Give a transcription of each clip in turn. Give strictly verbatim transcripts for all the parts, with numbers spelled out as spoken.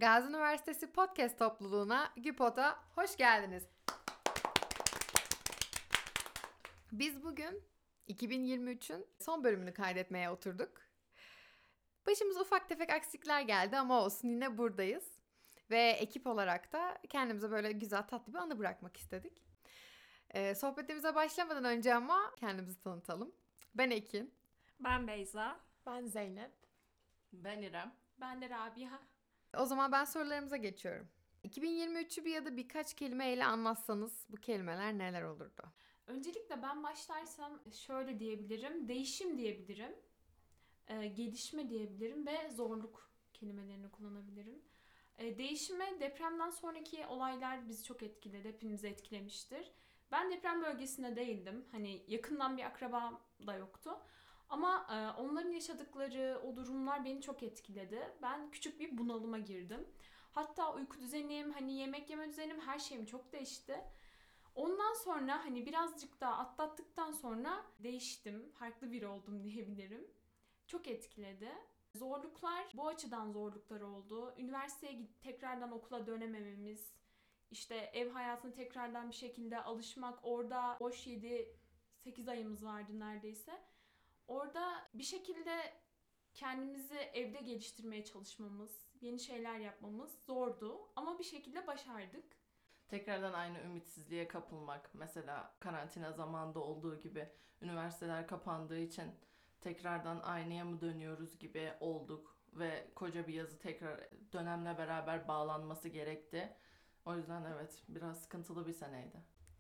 Gazi Üniversitesi Podcast topluluğuna, GÜPOD'a hoş geldiniz. Biz bugün iki bin yirmi üçün son bölümünü kaydetmeye oturduk. Başımıza ufak tefek aksilikler geldi ama olsun, yine buradayız. Ve ekip olarak da kendimize böyle güzel tatlı bir anı bırakmak istedik. Ee, sohbetimize başlamadan önce ama kendimizi tanıtalım. Ben Ekin. Ben Beyza. Ben Zeynep. Ben İrem. Ben de Rabia. O zaman ben sorularımıza geçiyorum. iki bin yirmi üçü bir ya da birkaç kelimeyle anlatsanız bu kelimeler neler olurdu? Öncelikle ben başlarsam şöyle diyebilirim. Değişim diyebilirim. E, gelişme diyebilirim ve zorluk kelimelerini kullanabilirim. E, değişime depremden sonraki olaylar bizi çok etkiledi. Hepimizi etkilemiştir. Ben deprem bölgesinde değildim. Hani yakından bir akrabam da yoktu. Ama e, onların yaşadıkları o durumlar beni çok etkiledi. Ben küçük bir bunalıma girdim. Hatta uyku düzenim, hani yemek yeme düzenim, her şeyim çok değişti. Ondan sonra hani birazcık daha atlattıktan sonra değiştim. Farklı biri oldum diyebilirim. Çok etkiledi. Zorluklar, bu açıdan zorluklar oldu. Üniversiteye git, tekrardan okula dönemememiz, işte ev hayatına tekrardan bir şekilde alışmak, orada boş yedi sekiz ayımız vardı neredeyse. Orada bir şekilde kendimizi evde geliştirmeye çalışmamız, yeni şeyler yapmamız zordu ama bir şekilde başardık. Tekrardan aynı ümitsizliğe kapılmak. Mesela karantina zamanında olduğu gibi üniversiteler kapandığı için tekrardan aynıya mı dönüyoruz gibi olduk. Ve koca bir yazı tekrar dönemle beraber bağlanması gerekti. O yüzden evet, biraz sıkıntılı bir seneydi.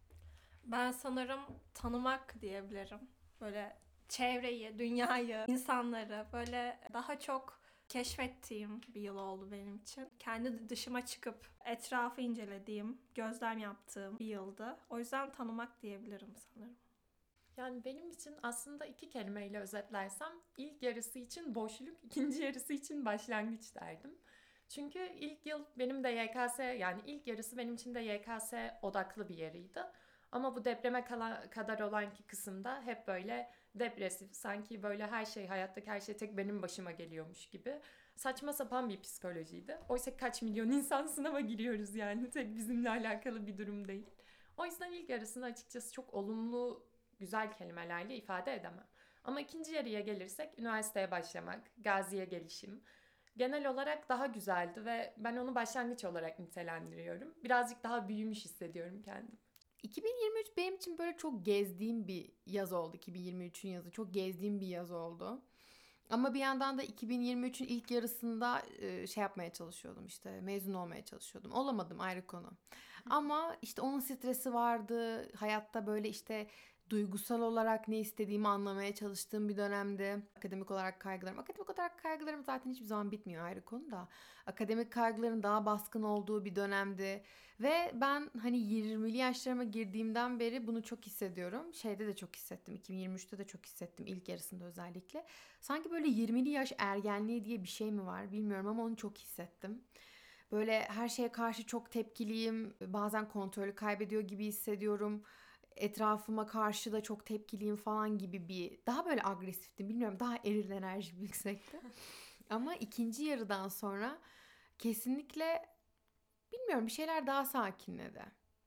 Ben sanırım tanımak diyebilirim. Böyle çevreyi, dünyayı, insanları böyle daha çok keşfettiğim bir yıl oldu benim için. Kendi dışıma çıkıp etrafı incelediğim, gözlem yaptığım bir yıldı. O yüzden tanımak diyebilirim sanırım. Yani benim için aslında iki kelimeyle özetlersem ilk yarısı için boşluk, ikinci yarısı için başlangıç derdim. Çünkü ilk yıl benim de Y K S, yani ilk yarısı benim için de Y K S odaklı bir yeriydi. Ama bu depreme kala- kadar olan ki kısımda hep böyle depresif, sanki böyle her şey, hayattaki her şey tek benim başıma geliyormuş gibi saçma sapan bir psikolojiydi. Oysa kaç milyon insan sınava giriyoruz, yani tek bizimle alakalı bir durum değil. O yüzden ilk yarısını açıkçası çok olumlu, güzel kelimelerle ifade edemem. Ama ikinci yarıya gelirsek üniversiteye başlamak, Gazi'ye gelişim genel olarak daha güzeldi ve ben onu başlangıç olarak nitelendiriyorum. Birazcık daha büyümüş hissediyorum kendim. iki bin yirmi üç benim için böyle çok gezdiğim bir yaz oldu. iki bin yirmi üçün yazı çok gezdiğim bir yaz oldu. Ama bir yandan da iki bin yirmi üçün ilk yarısında şey yapmaya çalışıyordum, işte mezun olmaya çalışıyordum. Olamadım, ayrı konu. Ama işte onun stresi vardı. Hayatta böyle işte duygusal olarak ne istediğimi anlamaya çalıştığım bir dönemde. Akademik olarak kaygılarım. Akademik olarak kaygılarım zaten hiçbir zaman bitmiyor, ayrı konu da. Akademik kaygıların daha baskın olduğu bir dönemdi. Ve ben hani yirmili yaşlarıma girdiğimden beri bunu çok hissediyorum. Şeyde de çok hissettim. iki bin yirmi üçte de çok hissettim. İlk yarısında özellikle. Sanki böyle yirmili yaş ergenliği diye bir şey mi var bilmiyorum ama onu çok hissettim. Böyle her şeye karşı çok tepkiliyim. Bazen kontrolü kaybediyor gibi hissediyorum. Etrafıma karşı da çok tepkiliyim falan gibi bir... Daha böyle agresiftim. Bilmiyorum, daha eril enerjim yüksekti. Ama ikinci yarıdan sonra kesinlikle bilmiyorum, bir şeyler daha sakinledi.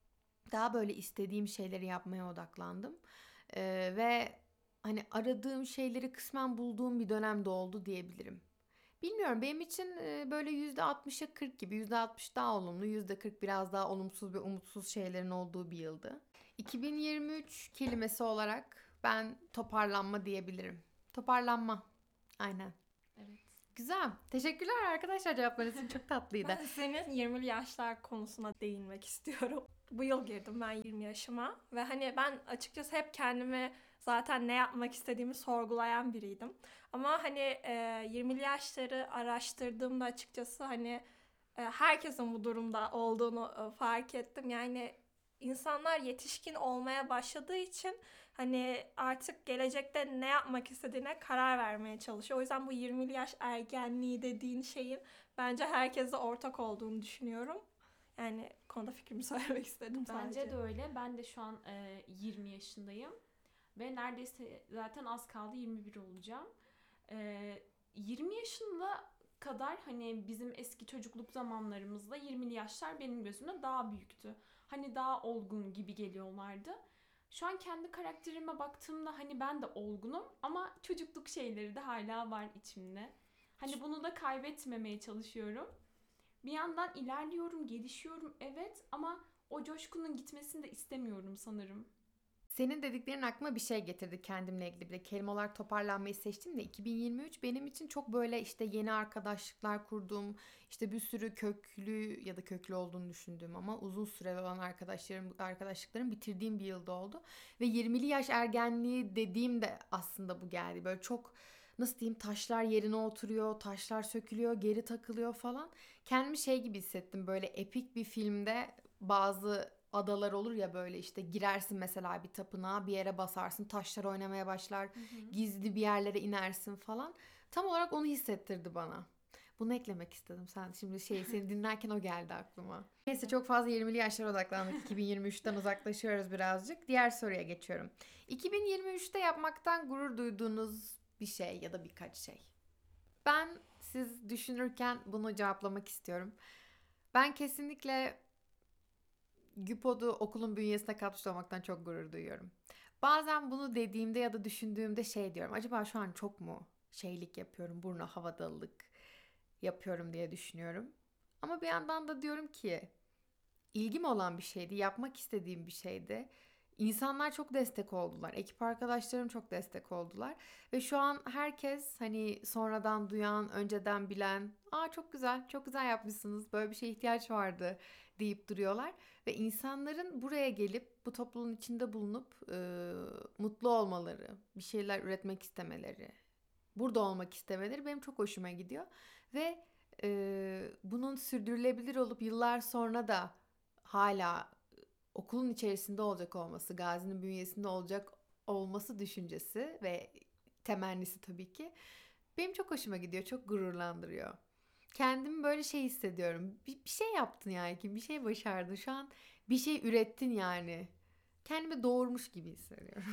Daha böyle istediğim şeyleri yapmaya odaklandım. Ee, ve hani aradığım şeyleri kısmen bulduğum bir dönemde oldu diyebilirim. Bilmiyorum, benim için böyle yüzde altmışa kırk gibi, yüzde altmış daha olumlu, yüzde kırk biraz daha olumsuz ve umutsuz şeylerin olduğu bir yıldı. iki bin yirmi üç kelimesi olarak ben toparlanma diyebilirim. Toparlanma. Aynen. Evet. Güzel. Teşekkürler arkadaşlar, cevaplarınız için çok tatlıydı. Ben senin yirmili yaşlar konusuna değinmek istiyorum. Bu yıl girdim ben yirmi yaşıma ve hani ben açıkçası hep kendimi zaten ne yapmak istediğimi sorgulayan biriydim. Ama hani e, yirmili yaşları araştırdığımda açıkçası hani e, herkesin bu durumda olduğunu e, fark ettim. Yani insanlar yetişkin olmaya başladığı için hani artık gelecekte ne yapmak istediğine karar vermeye çalışıyor. O yüzden bu yirmili yaş ergenliği dediğin şeyin bence herkese ortak olduğunu düşünüyorum. Yani konuda fikrimi söylemek istedim sadece. Bence de öyle. Ben de şu an e, yirmi yaşındayım. Ve neredeyse zaten az kaldı yirmi bir olacağım. E, yirmi yaşında kadar hani bizim eski çocukluk zamanlarımızda yirmili yaşlar benim gözümde daha büyüktü. Hani daha olgun gibi geliyorlardı. Şu an kendi karakterime baktığımda hani ben de olgunum ama çocukluk şeyleri de hala var içimde. Hani bunu da kaybetmemeye çalışıyorum. Bir yandan ilerliyorum, gelişiyorum evet ama o coşkunun gitmesini de istemiyorum sanırım. Senin dediklerin aklıma bir şey getirdi kendimle ilgili. Bir de kelime olarak toparlanmayı seçtim de iki bin yirmi üç benim için çok böyle işte yeni arkadaşlıklar kurduğum, işte bir sürü köklü ya da köklü olduğunu düşündüğüm ama uzun süre olan arkadaşlarım, arkadaşlıklarım bitirdiğim bir yılda oldu. Ve yirmili yaş ergenliği dediğim de aslında bu geldi. Böyle çok nasıl diyeyim, taşlar yerine oturuyor, taşlar sökülüyor, geri takılıyor falan. Kendimi şey gibi hissettim, böyle epik bir filmde bazı adalar olur ya, böyle işte girersin mesela bir tapınağa, bir yere basarsın, taşlar oynamaya başlar, gizli bir yerlere inersin falan. Tam olarak onu hissettirdi bana. Bunu eklemek istedim. Sen şimdi şey seni dinlerken o geldi aklıma. Neyse, çok fazla yirmili yaşlara odaklandık. iki bin yirmi üçten uzaklaşıyoruz birazcık. Diğer soruya geçiyorum. iki bin yirmi üçte yapmaktan gurur duyduğunuz bir şey ya da birkaç şey. Ben siz düşünürken bunu cevaplamak istiyorum. Ben kesinlikle GÜPOD'u okulun bünyesine katmış olmaktan çok gurur duyuyorum. Bazen bunu dediğimde ya da düşündüğümde şey diyorum. Acaba şu an çok mu şeylik yapıyorum, burnu havadalılık yapıyorum diye düşünüyorum. Ama bir yandan da diyorum ki ilgim olan bir şeydi, yapmak istediğim bir şeydi. İnsanlar çok destek oldular. Ekip arkadaşlarım çok destek oldular. Ve şu an herkes hani sonradan duyan, önceden bilen, aa çok güzel, çok güzel yapmışsınız, böyle bir şeye ihtiyaç vardı deyip duruyorlar. Ve insanların buraya gelip bu topluluğun içinde bulunup e, mutlu olmaları, bir şeyler üretmek istemeleri, burada olmak istemeleri benim çok hoşuma gidiyor. Ve e, bunun sürdürülebilir olup yıllar sonra da hala okulun içerisinde olacak olması, Gazi'nin bünyesinde olacak olması düşüncesi ve temennisi tabii ki benim çok hoşuma gidiyor, çok gururlandırıyor. Kendimi böyle şey hissediyorum. Bir, bir şey yaptın yani, ki bir şey başardın. Şu an bir şey ürettin yani. Kendimi doğurmuş gibi hissediyorum.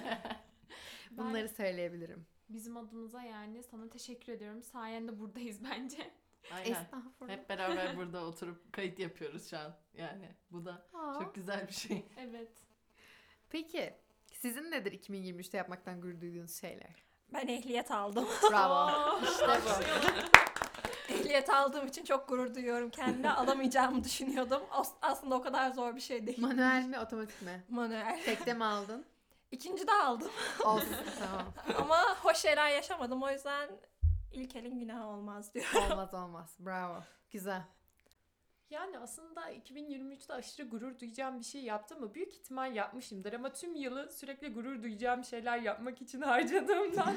Bunları Ben söyleyebilirim. bizim adımıza yani sana teşekkür ediyorum. Sayende buradayız bence. Aynen. Estağfurullah. Hep beraber burada oturup kayıt yapıyoruz şu an. Yani bu da Aa. çok güzel bir şey. Evet. Peki sizin nedir iki bin yirmi üçte yapmaktan gurur duyduğunuz şeyler? Ben ehliyet aldım. Bravo. İşte bu. Ehliyet aldığım için çok gurur duyuyorum kendime. Alamayacağımı düşünüyordum. As- aslında o kadar zor bir şey değil. Manuel mi, otomatik mi? Manuel. Tekte mi aldın? İkinci de aldım. Olsun, tamam. Ama hoş şeyler yaşamadım. O yüzden ilk elin günahı olmaz diyorum. Olmaz olmaz. Bravo. Güzel. Yani aslında iki bin yirmi üçte aşırı gurur duyacağım bir şey yaptım mı? Büyük ihtimal yapmışımdır ama tüm yılı sürekli gurur duyacağım şeyler yapmak için harcadığımdan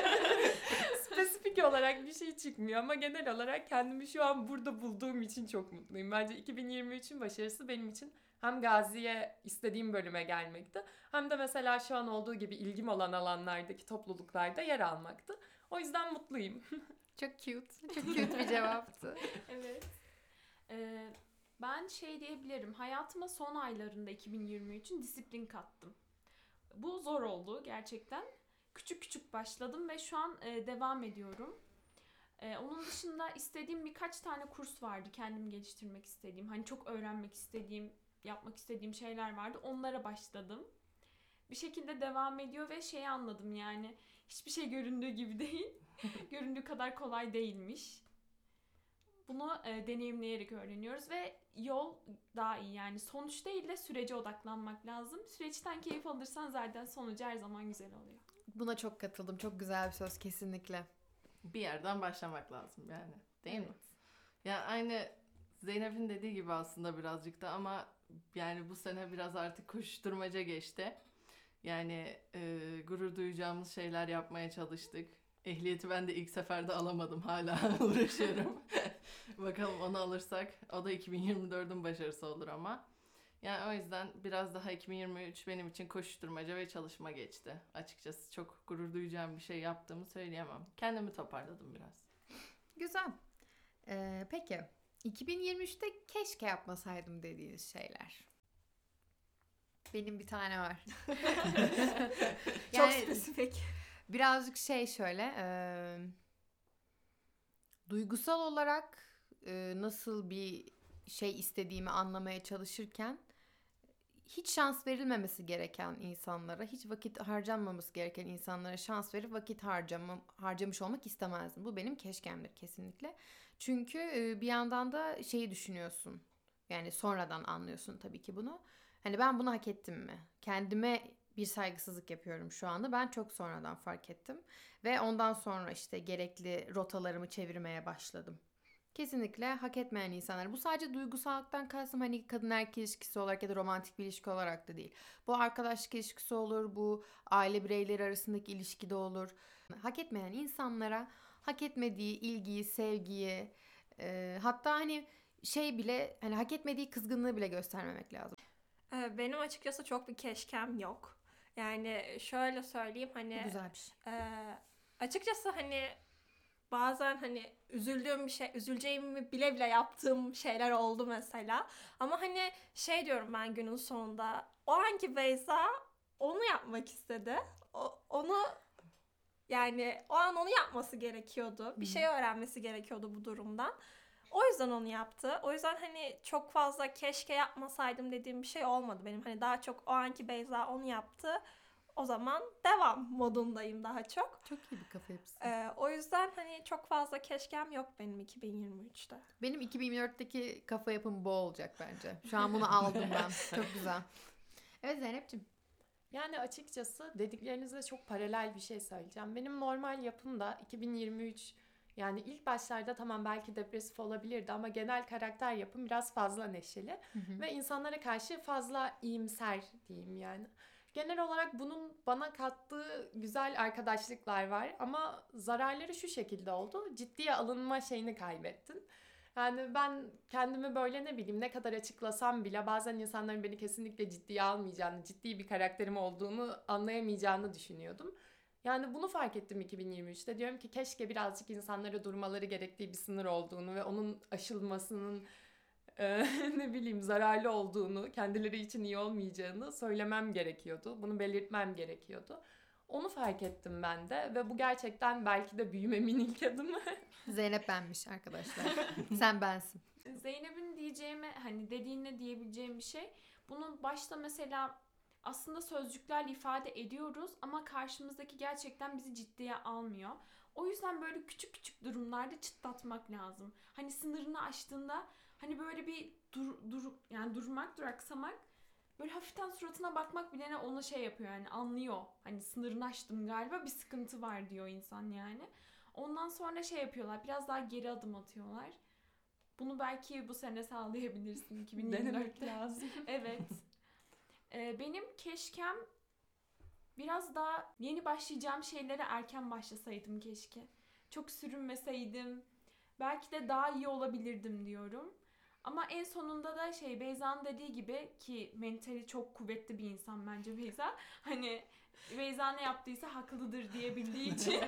spesifik olarak bir şey çıkmıyor ama genel olarak kendimi şu an burada bulduğum için çok mutluyum. Bence iki bin yirmi üçün başarısı benim için hem Gazi'ye istediğim bölüme gelmekti hem de mesela şu an olduğu gibi ilgim olan alanlardaki topluluklarda yer almaktı. O yüzden mutluyum. Çok cute. Çok cute bir cevaptı. Evet. Ee, ben şey diyebilirim. Hayatıma son aylarında iki bin yirmi üçün disiplin kattım. Bu zor oldu gerçekten. Küçük küçük başladım ve şu an e, devam ediyorum. E, onun dışında istediğim birkaç tane kurs vardı. Kendimi geliştirmek istediğim. Hani çok öğrenmek istediğim, yapmak istediğim şeyler vardı. Onlara başladım. Bir şekilde devam ediyor ve şeyi anladım yani. Hiçbir şey göründüğü gibi değil. Göründüğü kadar kolay değilmiş. Bunu e, deneyimleyerek öğreniyoruz ve yol daha iyi. Yani sonuç değil de sürece odaklanmak lazım. Süreçten keyif alırsan zaten sonucu her zaman güzel oluyor. Buna çok katıldım. Çok güzel bir söz kesinlikle. Bir yerden başlamak lazım yani. Değil mi? Evet. Ya aynı Zeynep'in dediği gibi aslında birazcık da ama yani bu sene biraz artık koşuşturmaca geçti. Yani e, gurur duyacağımız şeyler yapmaya çalıştık. Ehliyeti ben de ilk seferde alamadım. Hala uğraşıyorum. Bakalım onu alırsak o da iki bin yirmi dördün başarısı olur ama. Yani o yüzden biraz daha iki bin yirmi üç benim için koşuşturmaca ve çalışma geçti. Açıkçası çok gurur duyacağım bir şey yaptığımı söyleyemem. Kendimi toparladım biraz. Güzel. Ee, peki. iki bin yirmi üçte keşke yapmasaydım dediğiniz şeyler. Benim bir tane var. Çok spesifik. Birazcık şey şöyle. E, duygusal olarak e, nasıl bir şey istediğimi anlamaya çalışırken hiç şans verilmemesi gereken insanlara, hiç vakit harcanmaması gereken insanlara şans verip vakit harcama, harcamış olmak istemezdim. Bu benim keşkemdir kesinlikle. Çünkü e, bir yandan da şeyi düşünüyorsun. Yani sonradan anlıyorsun tabii ki bunu. Hani ben bunu hak ettim mi? Kendime bir saygısızlık yapıyorum şu anda. Ben çok sonradan fark ettim. Ve ondan sonra işte gerekli rotalarımı çevirmeye başladım. Kesinlikle hak etmeyen insanlar. Bu sadece duygusallıktan kastım hani kadın erkek ilişkisi olarak ya da romantik bir ilişki olarak da değil. Bu arkadaşlık ilişkisi olur, bu aile bireyleri arasındaki ilişkide olur. Hak etmeyen insanlara hak etmediği ilgiyi, sevgiyi, e, hatta hani şey bile hani hak etmediği kızgınlığı bile göstermemek lazım. Ee, Benim açıkçası çok bir keşkem yok. Yani şöyle söyleyeyim hani Güzel bir şey. e, açıkçası hani bazen hani üzüldüğüm bir şey, üzüleceğimi bile bile yaptığım şeyler oldu mesela. Ama hani şey diyorum ben günün sonunda, o anki Beyza onu yapmak istedi. O, onu yani o an onu yapması gerekiyordu. Bir şey öğrenmesi gerekiyordu bu durumdan. O yüzden onu yaptı. O yüzden hani çok fazla keşke yapmasaydım dediğim bir şey olmadı benim. Hani daha çok o anki Beyza onu yaptı. O zaman devam modundayım daha çok. Çok iyi bir kafa yapısı. Ee, o yüzden hani çok fazla keşkem yok benim iki bin yirmi üçte. Benim iki bin yirmi dörtteki kafa yapım bu olacak bence. Şu an bunu aldım ben. Çok güzel. Evet Zeynep'ciğim. Yani açıkçası dediklerinize çok paralel bir şey söyleyeceğim. Benim normal yapım da iki bin yirmi üç, yani ilk başlarda tamam belki depresif olabilirdi ama genel karakter yapım biraz fazla neşeli ve insanlara karşı fazla iyimser diyeyim yani. Genel olarak bunun bana kattığı güzel arkadaşlıklar var ama zararları şu şekilde oldu. Ciddiye alınma şeyini kaybettin. Yani ben kendimi böyle ne bileyim ne kadar açıklasam bile bazen insanların beni kesinlikle ciddiye almayacağını, ciddi bir karakterim olduğunu anlayamayacağını düşünüyordum. Yani bunu fark ettim iki bin yirmi üçte. Diyorum ki keşke birazcık insanlara durmaları gerektiği bir sınır olduğunu ve onun aşılmasının e, ne bileyim zararlı olduğunu, kendileri için iyi olmayacağını söylemem gerekiyordu. Bunu belirtmem gerekiyordu. Onu fark ettim ben de ve bu gerçekten belki de büyümemin ilk adımı. Zeynep benmiş arkadaşlar. Sen bensin. Zeynep'in diyeceğime hani dediğine diyebileceğim bir şey. Bunu başta mesela aslında sözcüklerle ifade ediyoruz ama karşımızdaki gerçekten bizi ciddiye almıyor. O yüzden böyle küçük küçük durumlarda çıtlatmak lazım. Hani sınırını aştığında hani böyle bir dur, dur yani durmak, duraksamak, böyle hafiften suratına bakmak bile ne ona şey yapıyor yani anlıyor. Hani sınırını aştım galiba, bir sıkıntı var diyor insan yani. Ondan sonra şey yapıyorlar, biraz daha geri adım atıyorlar. Bunu belki bu sene sağlayabilirsin iki bin yirmi dörtte. Denemek lazım. Evet. Ee, benim keşkem biraz daha yeni başlayacağım şeylere erken başlasaydım keşke. Çok sürünmeseydim. Belki de daha iyi olabilirdim diyorum. Ama en sonunda da şey Beyza'nın dediği gibi ki mentali çok kuvvetli bir insan bence Beyza. Hani Beyza ne yaptıysa haklıdır diyebildiği için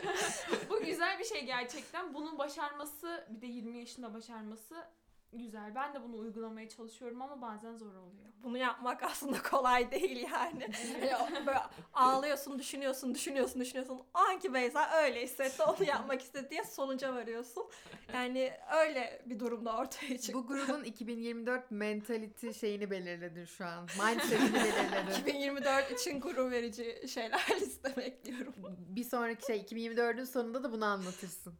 bu güzel bir şey gerçekten. Bunu başarması, bir de yirmi yaşında başarması güzel. Ben de bunu uygulamaya çalışıyorum ama bazen zor oluyor. Bunu yapmak aslında kolay değil yani. Yani böyle ağlıyorsun, düşünüyorsun, düşünüyorsun, düşünüyorsun. O anki Beyza öyle hissetti, onu yapmak istedi diye sonuca varıyorsun. Yani öyle bir durumda ortaya çıktı. Bu grubun iki bin yirmi dört mentality şeyini belirledin şu an. Mindset'ini belirledin. iki bin yirmi dört için gurur verici şeyler liste bekliyorum. Bir sonraki şey iki bin yirmi dördün sonunda da bunu anlatırsın.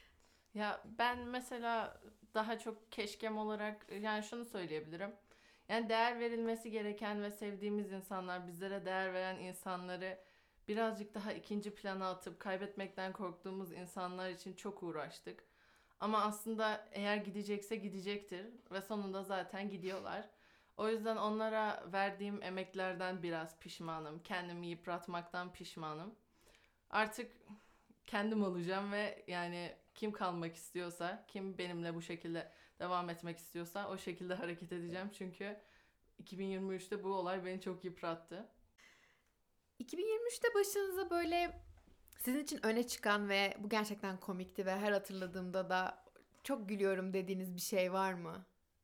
Ya ben mesela daha çok keşkem olarak yani şunu söyleyebilirim. Yani değer verilmesi gereken ve sevdiğimiz insanlar, bizlere değer veren insanları birazcık daha ikinci plana atıp kaybetmekten korktuğumuz insanlar için çok uğraştık. Ama aslında eğer gidecekse gidecektir ve sonunda zaten gidiyorlar. O yüzden onlara verdiğim emeklerden biraz pişmanım. Kendimi yıpratmaktan pişmanım. Artık kendim olacağım ve yani kim kalmak istiyorsa, kim benimle bu şekilde devam etmek istiyorsa o şekilde hareket edeceğim. Çünkü iki bin yirmi üçte bu olay beni çok yıprattı. iki bin yirmi üçte başınıza böyle sizin için öne çıkan ve bu gerçekten komikti ve her hatırladığımda da çok gülüyorum dediğiniz bir şey var mı?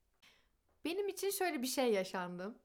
Benim için şöyle bir şey yaşandı.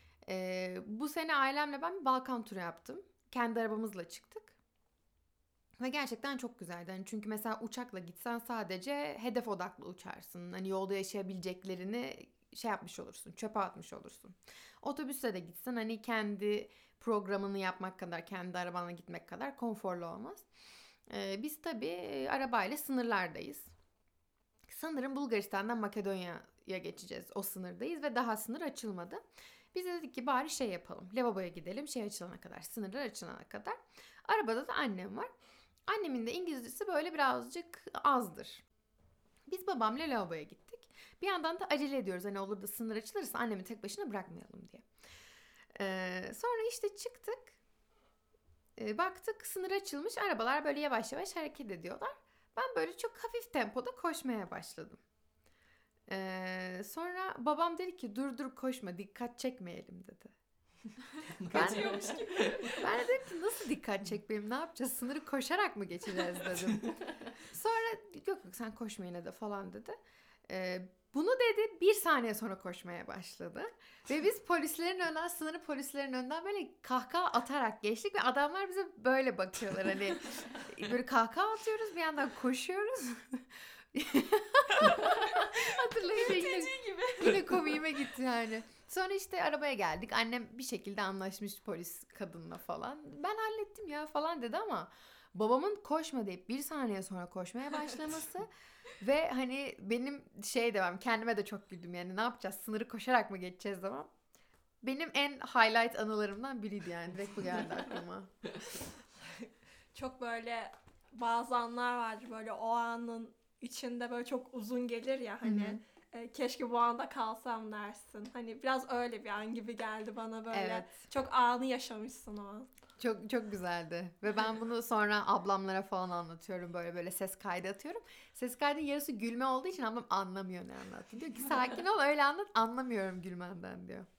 Ee, bu sene ailemle ben bir Balkan turu yaptım. Kendi arabamızla çıktık. Ve gerçekten çok güzeldi. Hani çünkü mesela uçakla gitsen sadece hedef odaklı uçarsın. Hani yolda yaşayabileceklerini şey yapmış olursun, çöpe atmış olursun. Otobüsle de gitsen hani kendi programını yapmak kadar, kendi arabanla gitmek kadar konforlu olmaz. Ee, biz tabii e, arabayla sınırlardayız. Sanırım Bulgaristan'dan Makedonya'ya geçeceğiz. O sınırdayız ve daha sınır açılmadı. Biz de dedik ki bari şey yapalım. Lavaboya gidelim şey açılana kadar, sınırlar açılana kadar. Arabada da annem var. Annemin de İngilizcesi böyle birazcık azdır. Biz babamla lavaboya gittik. Bir yandan da acele ediyoruz. Hani olur da sınır açılırsa annemi tek başına bırakmayalım diye. Ee, sonra işte çıktık. Ee, baktık sınır açılmış. Arabalar böyle yavaş yavaş hareket ediyorlar. Ben böyle çok hafif tempoda koşmaya başladım. Ee, sonra babam dedi ki dur dur koşma dikkat çekmeyelim dedi. Ben, ben de dedim ki nasıl dikkat çekmeyeyim ne yapacağız sınırı koşarak mı geçeceğiz dedim. Sonra yok yok sen koşma yine de falan dedi. Ee, bunu dedi bir saniye sonra koşmaya başladı. Ve biz polislerin önden sınırı polislerin önden böyle kahkaha atarak geçtik ve adamlar bize böyle bakıyorlar hani böyle kahkaha atıyoruz bir yandan koşuyoruz. Hatırlayınca yine, yine komiğime gitti yani. Sonra işte arabaya geldik. Annem bir şekilde anlaşmış polis kadınla falan. Ben hallettim ya falan dedi ama babamın koşma deyip bir saniye sonra koşmaya başlaması ve hani benim şey demem kendime de çok güldüm yani ne yapacağız sınırı koşarak mı geçeceğiz demem. Benim en highlight anılarımdan biriydi yani direkt bu geldi aklıma. Çok böyle bazı anlar vardır böyle o anın içinde böyle çok uzun gelir ya hani e, keşke bu anda kalsam dersin. Hani biraz öyle bir an gibi geldi bana böyle. Evet. Çok anı yaşamışsın o an. Çok çok güzeldi. Ve ben bunu sonra ablamlara falan anlatıyorum. Böyle böyle ses kaydı atıyorum. Ses kaydın yarısı gülme olduğu için ablam anlamıyor ne anlattın. Diyor ki sakin ol öyle anlat anlamıyorum gülmenden diyor.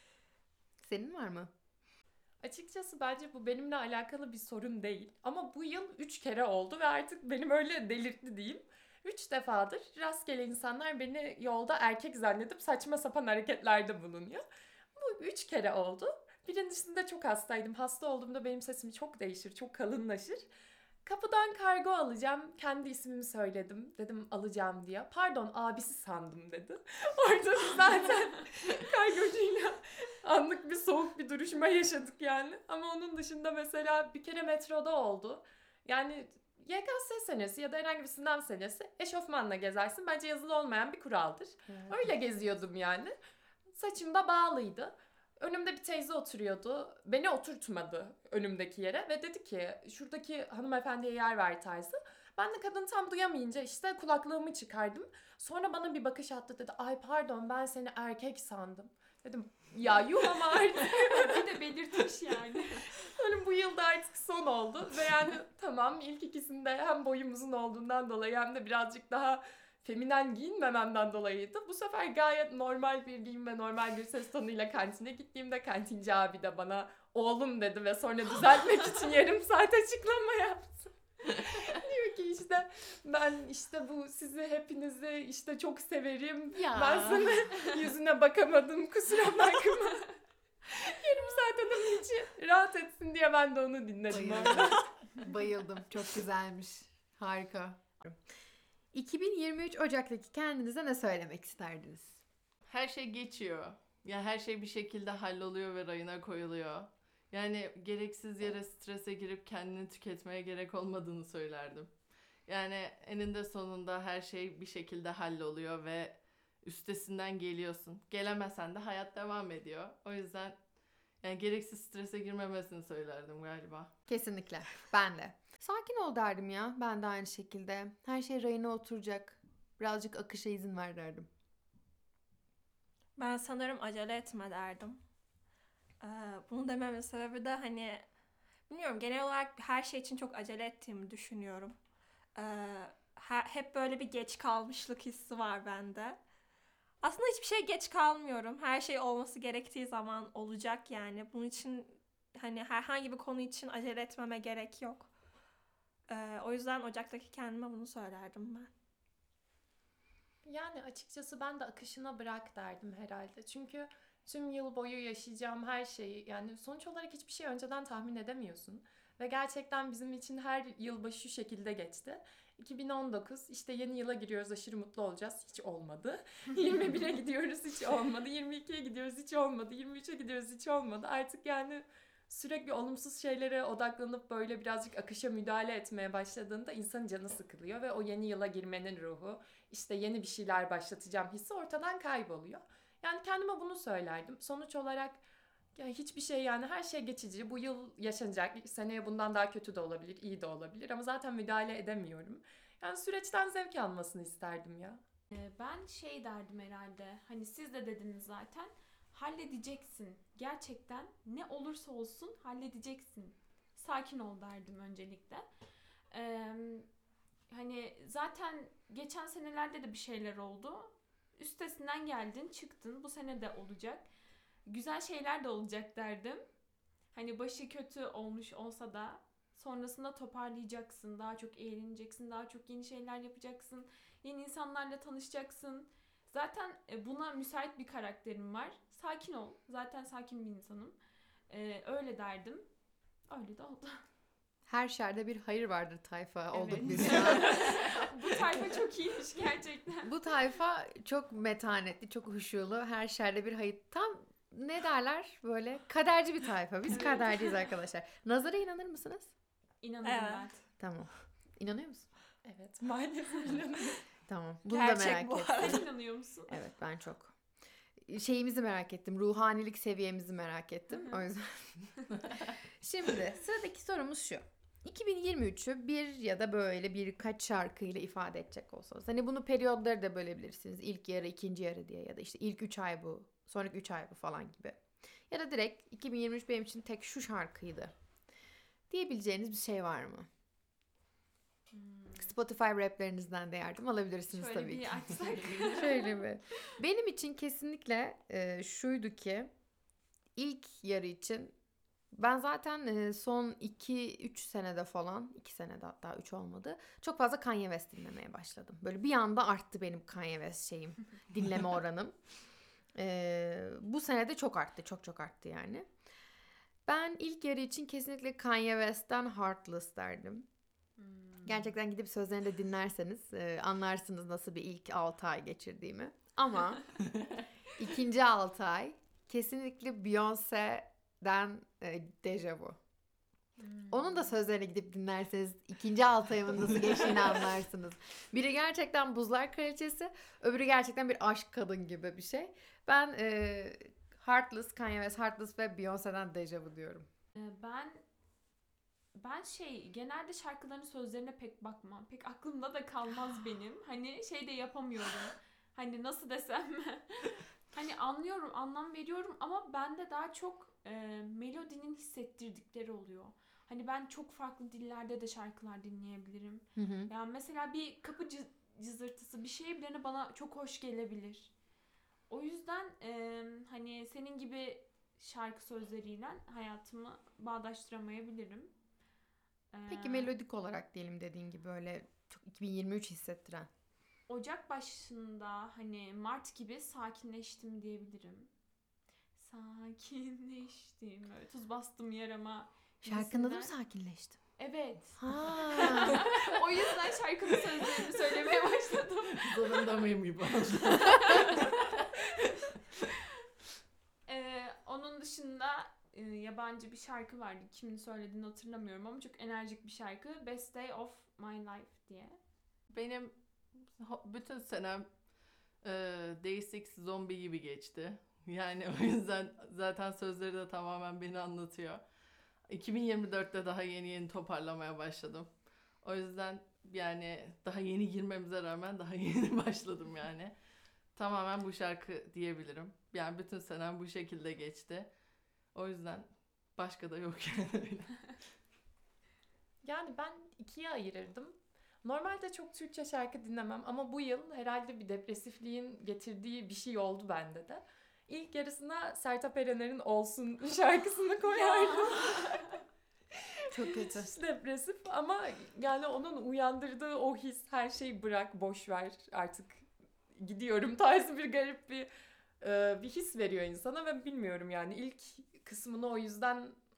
Senin var mı? Açıkçası bence bu benimle alakalı bir sorun değil. Ama bu yıl üç kere oldu ve artık benim öyle delirtti diyeyim. Üç defadır rastgele insanlar beni yolda erkek zannedip saçma sapan hareketlerde bulunuyor. Bu üç kere oldu. Birincisinde çok hastaydım. Hasta olduğumda benim sesim çok değişir, çok kalınlaşır. Kapıdan kargo alacağım. Kendi ismimi söyledim. Dedim alacağım diye. Pardon abisi sandım dedi. Orada biz zaten kargocuyla anlık bir soğuk bir duruşma yaşadık yani. Ama onun dışında mesela bir kere metroda oldu. Yani Y K S senesi ya da herhangi bir sınav senesi eşofmanla gezersin. Bence yazılı olmayan bir kuraldır. Evet. Öyle geziyordum yani. Saçım da bağlıydı. Önümde bir teyze oturuyordu. Beni oturtmadı önümdeki yere ve dedi ki şuradaki hanımefendiye yer ver tarzı. Ben de kadını tam duyamayınca işte kulaklığımı çıkardım. Sonra bana bir bakış attı dedi. Ay pardon ben seni erkek sandım. Dedim ya yuh ama artık. Bir de belirtmiş yani. Hani bu yılda artık son oldu. Ve yani tamam ilk ikisinde hem boyumuzun olduğundan dolayı hem de birazcık daha feminen giyinmememden dolayıydı. Bu sefer gayet normal bir giyim ve normal bir ses tonuyla kantine gittiğimde kantinci abi de bana oğlum dedi ve sonra düzeltmek için yarım saat açıklama yaptı. Diyor ki işte ben işte bu sizi hepinizi işte çok severim. Ya. Ben sana yüzüne bakamadım kusura bakma. Yarım saat adamın içi rahat etsin diye ben de onu dinledim. Bayıldım. Bayıldım. Çok güzelmiş. Harika. iki bin yirmi üç Ocak'taki kendinize ne söylemek isterdiniz? Her şey geçiyor. Ya her şey bir şekilde halloluyor ve rayına koyuluyor. Yani gereksiz yere strese girip kendini tüketmeye gerek olmadığını söylerdim. Yani eninde sonunda her şey bir şekilde halloluyor ve üstesinden geliyorsun. Gelemesen de hayat devam ediyor. O yüzden yani gereksiz strese girmemesini söylerdim galiba. Kesinlikle. Ben de. Sakin ol derdim ya. Ben de aynı şekilde. Her şey rayına oturacak. Birazcık akışa izin ver derdim. Ben sanırım acele etme derdim. Ee, bunu dememin sebebi de hani bilmiyorum genel olarak her şey için çok acele ettiğimi düşünüyorum. Ee, he- hep böyle bir geç kalmışlık hissi var bende. Aslında hiçbir şey geç kalmıyorum. Her şey olması gerektiği zaman olacak yani. Bunun için hani herhangi bir konu için acele etmeme gerek yok. Ee, o yüzden Ocak'taki kendime bunu söylerdim ben. Yani açıkçası ben de akışına bırak derdim herhalde. Çünkü tüm yıl boyu yaşayacağım her şeyi yani sonuç olarak hiçbir şey önceden tahmin edemiyorsun. Ve gerçekten bizim için her yılbaşı şu şekilde geçti. iki bin on dokuz işte yeni yıla giriyoruz, aşırı mutlu olacağız. Hiç olmadı. yirmi bire gidiyoruz, hiç olmadı. yirmi ikiye gidiyoruz, hiç olmadı. yirmi üçe gidiyoruz, hiç olmadı. Artık yani sürekli olumsuz şeylere odaklanıp böyle birazcık akışa müdahale etmeye başladığında insanın canı sıkılıyor ve o yeni yıla girmenin ruhu, işte yeni bir şeyler başlatacağım hissi ortadan kayboluyor. Yani kendime bunu söylerdim. Sonuç olarak ya hiçbir şey, yani her şey geçici. Bu yıl yaşanacak. Seneye bundan daha kötü de olabilir, iyi de olabilir ama zaten müdahale edemiyorum. Yani süreçten zevk almasını isterdim ya. Ee, Ben şey derdim herhalde. Hani siz de dediniz zaten. Halledeceksin. Gerçekten ne olursa olsun halledeceksin. Sakin ol derdim öncelikle. Ee, Hani zaten geçen senelerde de bir şeyler oldu. Üstesinden geldin, çıktın. Bu sene de olacak. Güzel şeyler de olacak derdim. Hani başı kötü olmuş olsa da sonrasında toparlayacaksın. Daha çok eğleneceksin. Daha çok yeni şeyler yapacaksın. Yeni insanlarla tanışacaksın. Zaten e, buna müsait bir karakterim var. Sakin ol. Zaten sakin bir insanım. Ee, öyle derdim. Öyle de oldu. Her şerde bir hayır vardır tayfa olduk Evet. biz şu an. Bu tayfa çok iyiymiş gerçekten. Bu tayfa çok metanetli, çok huşulu. Her şerde bir hayır. Tam ne derler böyle kaderci bir tayfa. Biz Evet. kaderciyiz arkadaşlar. Nazara inanır mısınız? İnanırım Evet. ben. Tamam. İnanıyor musun? Evet, maalesef. Tamam. Bunu da Gerçek merak bu ettim. arada. Sen inanıyor musun? Evet, ben çok. Şeyimizi merak ettim. Ruhanilik seviyemizi merak ettim. Hı hı. O yüzden. Şimdi sıradaki sorumuz şu. iki bin yirmi üçü bir ya da böyle birkaç şarkıyla ifade edecek olsanız. Hani bunu periyodları da bölebilirsiniz. İlk yarı, ikinci yarı diye ya da işte ilk üç ay bu, sonraki üç ay bu falan gibi. Ya da direkt iki bin yirmi üç benim için tek şu şarkıydı diyebileceğiniz bir şey var mı? Hmm. Spotify raplerinizden de yardım alabilirsiniz Şöyle tabii bir ki. açsak. Şöyle bir. Benim için kesinlikle e, şuydu ki ilk yarı için ben zaten e, son iki üç senede falan, iki senede hatta üç olmadı. Çok fazla Kanye West dinlemeye başladım. Böyle bir anda arttı benim Kanye West şeyim, dinleme oranım. E, bu senede çok arttı, çok çok arttı yani. Ben ilk yarı için kesinlikle Kanye West'ten Heartless derdim. Hmm. Gerçekten gidip sözlerini de dinlerseniz e, anlarsınız nasıl bir ilk altı ay geçirdiğimi. Ama ikinci altı ay kesinlikle Beyoncé'den e, Deja Vu. Hmm. Onun da sözlerini gidip dinlerseniz ikinci altı ayımın nasıl geçtiğini anlarsınız. Biri gerçekten buzlar kraliçesi, öbürü gerçekten bir aşk kadın gibi bir şey. Ben e, Heartless, Kanye West, Heartless ve Beyoncé'den Deja Vu diyorum. Ee, Ben ben şey genelde şarkıların sözlerine pek bakmam. Pek aklımda da kalmaz benim. Hani şey de yapamıyorum. Hani nasıl desem hani anlıyorum, anlam veriyorum ama bende daha çok e, melodinin hissettirdikleri oluyor. Hani ben çok farklı dillerde de şarkılar dinleyebilirim. Hı hı. Yani mesela bir kapı cı- cızırtısı bir şey bile bana çok hoş gelebilir. O yüzden e, hani senin gibi şarkı sözleriyle hayatımı bağdaştıramayabilirim. Ee, Peki melodik olarak diyelim dediğin gibi böyle çok iki bin yirmi üç hissettiren. Ocak başında hani Mart gibi sakinleştim diyebilirim. Sakinleştim. Böyle tuz bastım yarama. Şarkında da mı gibisinden. sakinleştin? Evet. Ha. O yüzden şarkının sözlerini söylemeye başladım. Zorunda mıyım gibi oldu. Ee, onun dışında e, yabancı bir şarkı vardı. Kimin söylediğini hatırlamıyorum ama çok enerjik bir şarkı. Best Day of My Life diye. Benim ho- bütün senem e, Day altı Zombie gibi geçti. Yani o yüzden zaten sözleri de tamamen beni anlatıyor. iki bin yirmi dörtte daha yeni yeni toparlamaya başladım. O yüzden yani daha yeni girmemize rağmen daha yeni başladım yani. Tamamen bu şarkı diyebilirim. Yani bütün senem bu şekilde geçti. O yüzden başka da yok yani öyle. Yani ben ikiye ayırırdım. Normalde çok Türkçe şarkı dinlemem ama bu yıl herhalde bir depresifliğin getirdiği bir şey oldu bende de. İlk yarısına Sertab Erener'in Olsun şarkısını koyardım. Çok kötü. Hiç depresif ama yani onun uyandırdığı o his, her şeyi bırak, boş ver, artık gidiyorum tarzı bir garip bir e, bir his veriyor insana ve bilmiyorum yani ilk kısmını o yüzden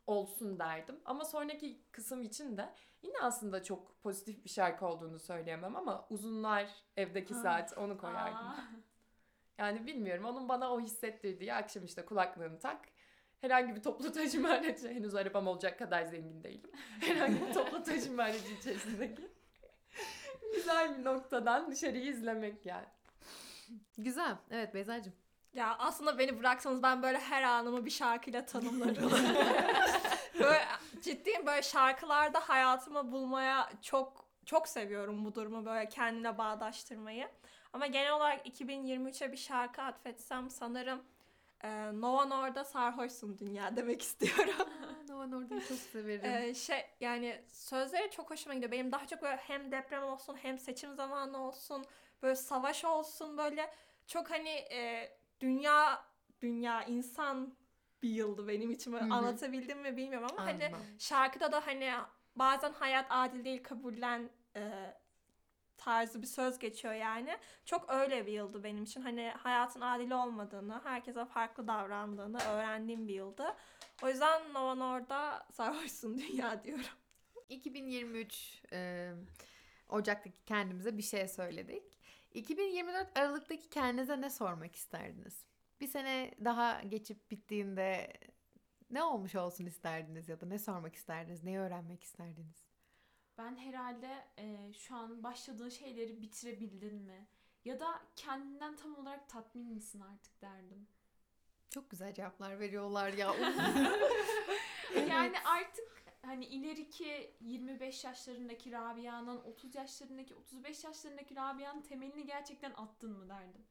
olsun derdim. Ama sonraki kısım için de yine aslında çok pozitif bir şarkı olduğunu söyleyemem ama Uzunlar Evdeki Ha. Saat, onu koyardım. Aa. Yani bilmiyorum, onun bana o hissettirdiği, akşam işte kulaklığını tak. Herhangi bir toplu taşıma aracı, henüz arabam olacak kadar zengin değilim. Herhangi bir toplu taşıma aracı içerisindeki güzel bir noktadan dışarıyı izlemek yani. Güzel. Evet Beyza'cığım. Ya aslında beni bıraksanız ben böyle her anımı bir şarkıyla tanımlarım. Böyle ciddiyim, böyle şarkılarda hayatımı bulmaya çok çok seviyorum bu durumu, böyle kendine bağdaştırmayı. Ama genel olarak iki bin yirmi üçe bir şarkı atfetsem sanırım e, Nova Nor'da Sarhoşsun Dünya demek istiyorum. Novan Ordu'yu çok severim. Ee, şey yani sözleri çok hoşuma gidiyor. Benim daha çok böyle hem deprem olsun hem seçim zamanı olsun, böyle savaş olsun, böyle çok hani e, dünya dünya insan bir yıldı benim için. Böyle Hı hı. anlatabildim mi bilmiyorum ama hani Anladım. şarkıda da hani bazen hayat adil değil, kabullen e, tarzı bir söz geçiyor yani. Çok öyle bir yıldı benim için. Hani hayatın adil olmadığını, herkese farklı davrandığını öğrendiğim bir yıldı. O yüzden Nova Nor'da Sarhoşsun Dünya diyorum. iki bin yirmi üç e, Ocak'taki kendimize bir şey söyledik. iki bin yirmi dört Aralık'taki kendinize ne sormak isterdiniz? Bir sene daha geçip bittiğinde ne olmuş olsun isterdiniz ya da ne sormak isterdiniz, neyi öğrenmek isterdiniz? Ben herhalde e, şu an başladığın şeyleri bitirebildin mi? Ya da kendinden tam olarak tatmin misin artık derdim. Çok güzel cevaplar veriyorlar ya. Yani artık hani ileriki yirmi beş yaşlarındaki Rabia'nın, otuz yaşlarındaki, otuz beş yaşlarındaki Rabia'nın temelini gerçekten attın mı derdim.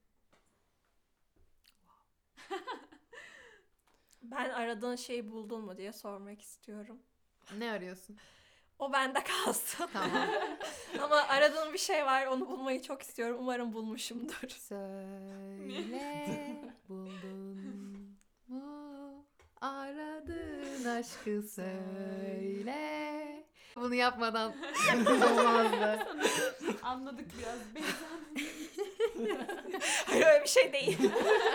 Ben aradığın şeyi buldun mu diye sormak istiyorum. Ne arıyorsun? O bende kalsın. Tamam. Ama aradığım bir şey var, onu bulmayı çok istiyorum. Umarım bulmuşumdur. Söyle buldun mu aradığın aşkı söyle. Bunu yapmadan olmazdı. Anladık biraz Beyza'nın. Hayır, öyle bir şey değil.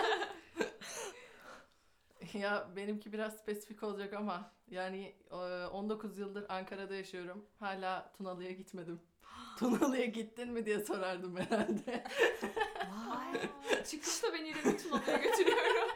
Ya benimki biraz spesifik olacak ama yani e, on dokuz yıldır Ankara'da yaşıyorum. Hala Tunalı'ya gitmedim. Tunalı'ya gittin mi diye sorardım herhalde. Vay. Çıkışta beni İrem'in Tunalı'ya götürüyorum.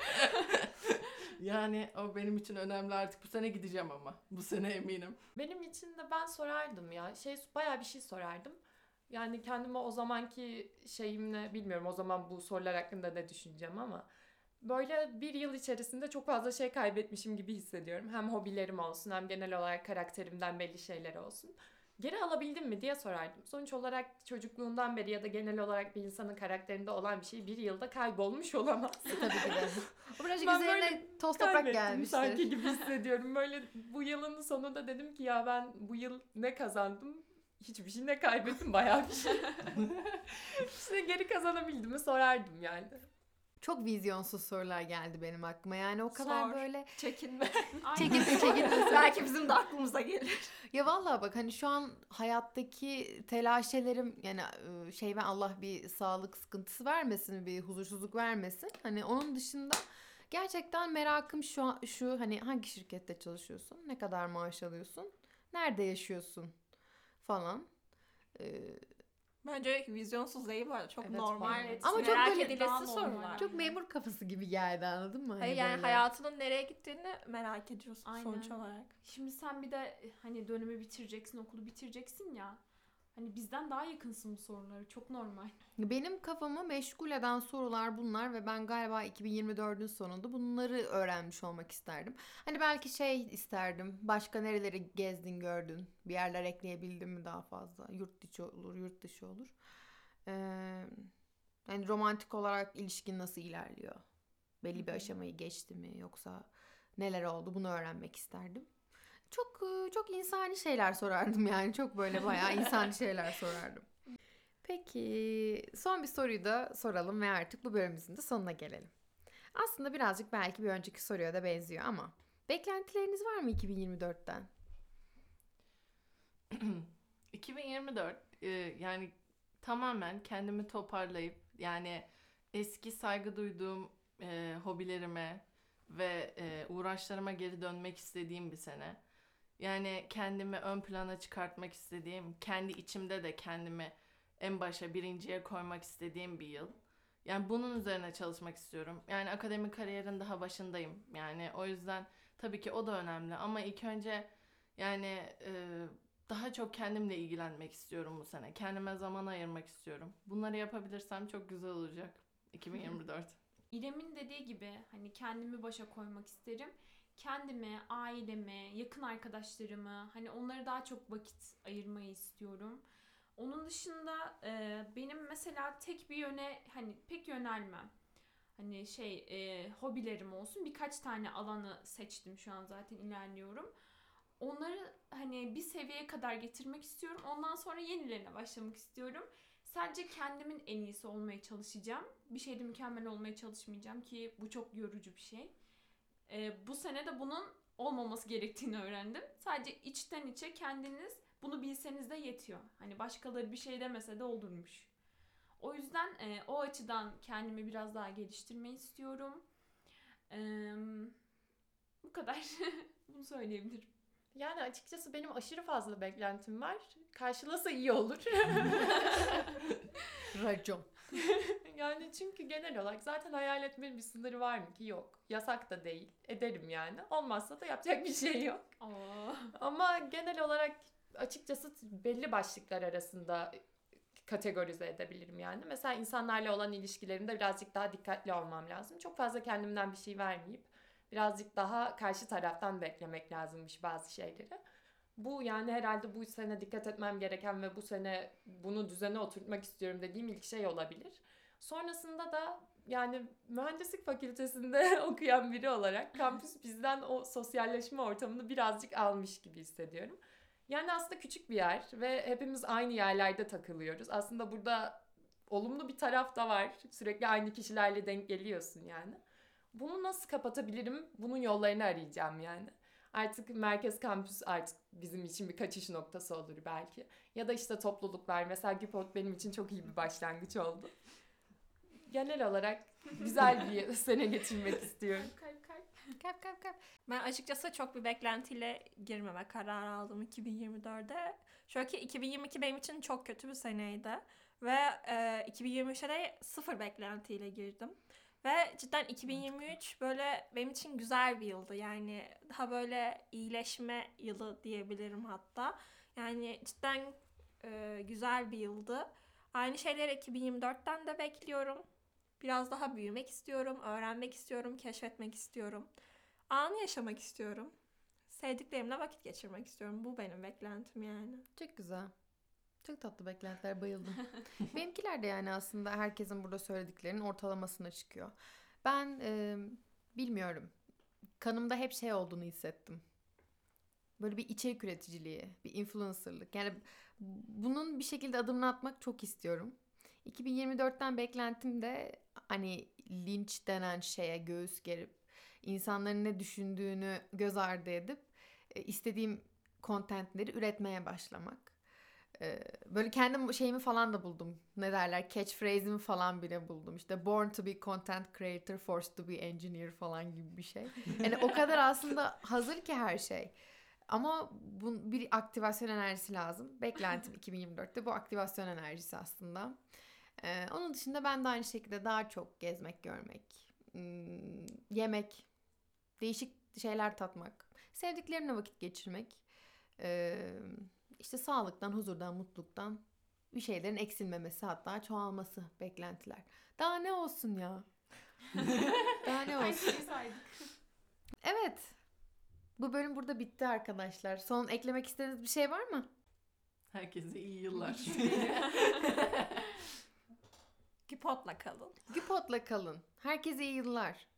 Yani o benim için önemli artık. Bu sene gideceğim ama. Bu sene eminim. Benim için de ben sorardım ya. Şey, bayağı bir şey sorardım. Yani kendime o zamanki şeyimle, bilmiyorum o zaman bu sorular hakkında ne düşüneceğim ama böyle bir yıl içerisinde çok fazla şey kaybetmişim gibi hissediyorum. Hem hobilerim olsun hem genel olarak karakterimden belli şeyler olsun. Geri alabildim mi diye sorardım. Sonuç olarak çocukluğundan beri ya da genel olarak bir insanın karakterinde olan bir şey bir yılda kaybolmuş olamaz. Tabii ki de. O birazcık Ben üzerine böyle toz toprak Kaybettim gelmiştir. sanki gibi hissediyorum. Böyle bu yılın sonunda dedim ki ya ben bu yıl ne kazandım? Hiçbir şey, ne kaybettim, bayağı bir şey. İşte geri kazanabildim mi sorardım yani. Çok vizyonsuz sorular geldi benim aklıma. Yani o kadar Sor. böyle Çekinme. Aynen. çekinme çekinme. Belki bizim de aklımıza gelir. Ya vallahi bak hani şu an hayattaki telaşelerim yani e, şey, ben Allah bir sağlık sıkıntısı vermesin, bir huzursuzluk vermesin. Hani onun dışında gerçekten merakım şu an, şu hani hangi şirkette çalışıyorsun? Ne kadar maaş alıyorsun? Nerede yaşıyorsun? Falan. Ee, Bence vizyonsuz değil bu arada. Çok Evet, normal. evet. Ama çok merak böyle edilesi daha normal. sorular. çok memur kafası gibi geldi, anladın mı? Hani Hayır, yani böyle. hayatının nereye gittiğini merak ediyorsun Aynen. sonuç olarak. Şimdi sen bir de hani dönemi bitireceksin, okulu bitireceksin ya. Hani bizden daha yakınsın bu soruları. Çok normal. Benim kafamı meşgul eden sorular bunlar ve ben galiba iki bin yirmi dördün sonunda bunları öğrenmiş olmak isterdim. Hani belki şey isterdim, başka nereleri gezdin gördün, bir yerler ekleyebildim mi daha fazla, yurt içi olur yurt dışı olur. Ee, yani romantik olarak ilişkin nasıl ilerliyor, belli bir aşamayı geçti mi, yoksa neler oldu, bunu öğrenmek isterdim. Çok çok insani şeyler sorardım yani, çok böyle bayağı insani şeyler sorardım. Peki son bir soruyu da soralım ve artık bu bölümümüzün de sonuna gelelim. Aslında birazcık belki bir önceki soruya da benziyor ama beklentileriniz var mı iki bin yirmi dörtten? iki bin yirmi dört e, yani tamamen kendimi toparlayıp yani eski saygı duyduğum e, hobilerime ve e, uğraşlarıma geri dönmek istediğim bir sene. Yani kendimi ön plana çıkartmak istediğim, kendi içimde de kendimi en başa birinciye koymak istediğim bir yıl. Yani bunun üzerine çalışmak istiyorum. Yani akademik kariyerin daha başındayım. Yani o yüzden tabii ki o da önemli ama ilk önce yani e, daha çok kendimle ilgilenmek istiyorum bu sene. Kendime zaman ayırmak istiyorum. Bunları yapabilirsem çok güzel olacak iki bin yirmi dört. İrem'in dediği gibi hani kendimi başa koymak isterim. Kendime, aileme, yakın arkadaşlarımı hani onlara daha çok vakit ayırmayı istiyorum. Onun dışında e, benim mesela tek bir yöne hani pek yönelmem. Hani şey e, hobilerim olsun. Birkaç tane alanı seçtim şu an zaten ilerliyorum. Onları hani bir seviyeye kadar getirmek istiyorum. Ondan sonra yenilerine başlamak istiyorum. Sadece kendimin en iyisi olmaya çalışacağım. Bir şeyde mükemmel olmaya çalışmayacağım ki bu çok yorucu bir şey. Ee, bu sene de bunun olmaması gerektiğini öğrendim. Sadece içten içe kendiniz bunu bilseniz de yetiyor. Hani başkaları bir şey demese de olurmuş. O yüzden e, o açıdan kendimi biraz daha geliştirmeyi istiyorum. Ee, bu kadar. Bunu söyleyebilirim. Yani açıkçası benim aşırı fazla beklentim var. Karşılasa iyi olur. Racon. Yani çünkü genel olarak zaten hayal etmenin bir sınırı var mı ki? Yok. Yasak da değil. Ederim yani. Olmazsa da yapacak bir şey yok. Aa. Ama genel olarak açıkçası belli başlıklar arasında kategorize edebilirim yani. Mesela insanlarla olan ilişkilerimde birazcık daha dikkatli olmam lazım. Çok fazla kendimden bir şey vermeyip birazcık daha karşı taraftan beklemek lazımmış bazı şeyleri. Bu yani herhalde bu sene dikkat etmem gereken ve bu sene bunu düzene oturtmak istiyorum dediğim ilk şey olabilir. Sonrasında da yani mühendislik fakültesinde okuyan biri olarak kampüs bizden o sosyalleşme ortamını birazcık almış gibi hissediyorum. Yani aslında küçük bir yer ve hepimiz aynı yerlerde takılıyoruz. Aslında burada olumlu bir taraf da var. Sürekli aynı kişilerle denk geliyorsun yani. Bunu nasıl kapatabilirim? Bunun yollarını arayacağım yani. Artık merkez kampüs artık bizim için bir kaçış noktası olur belki. Ya da işte topluluklar. Mesela Güpot benim için çok iyi bir başlangıç oldu. Genel olarak güzel bir sene geçirmek istiyorum. Kalp kalp. Kalp kalp kalp. Ben açıkçası çok bir beklentiyle girmeme kararı aldım iki bin yirmi dörde. Şöyle ki iki bin yirmi iki benim için çok kötü bir seneydi. Ve e, iki bin yirmi üçe de sıfır beklentiyle girdim. Ve cidden iki bin yirmi üç böyle benim için güzel bir yıldı. Yani daha böyle iyileşme yılı diyebilirim hatta. Yani cidden e, güzel bir yıldı. Aynı şeyleri iki bin yirmi dörtten de bekliyorum. Biraz daha büyümek istiyorum, öğrenmek istiyorum, keşfetmek istiyorum. Anı yaşamak istiyorum. Sevdiklerimle vakit geçirmek istiyorum. Bu benim beklentim yani. Çok güzel. Çok tatlı beklentiler, bayıldım. Benimkiler de yani aslında herkesin burada söylediklerinin ortalamasına çıkıyor. Ben e, bilmiyorum. Kanımda hep şey olduğunu hissettim. Böyle bir içerik üreticiliği, bir influencerlık. Yani bunun bir şekilde adımını atmak çok istiyorum. iki bin yirmi dörtten beklentim de hani linç denen şeye göğüs gerip insanların ne düşündüğünü göz ardı edip e, istediğim kontentleri üretmeye başlamak. E, böyle kendim şeyimi falan da buldum. Ne derler? Catchphrase'imi falan bile buldum. İşte born to be content creator, forced to be engineer falan gibi bir şey. Yani o kadar aslında hazır ki her şey. Ama bu, bir aktivasyon enerjisi lazım. Beklentim iki bin yirmi dörtte bu aktivasyon enerjisi aslında. Ee, onun dışında ben de aynı şekilde daha çok gezmek, görmek, hmm, yemek, değişik şeyler tatmak, sevdiklerimle vakit geçirmek, ee, işte sağlıktan, huzurdan, mutluluktan bir şeylerin eksilmemesi hatta çoğalması beklentiler. Daha ne olsun ya? Daha ne Her olsun? şeyi saydık. Evet. Bu bölüm burada bitti arkadaşlar. Son eklemek istediğiniz bir şey var mı? Herkese iyi yıllar. Güpot'la kalın. Güpot'la kalın. Herkese iyi yıllar.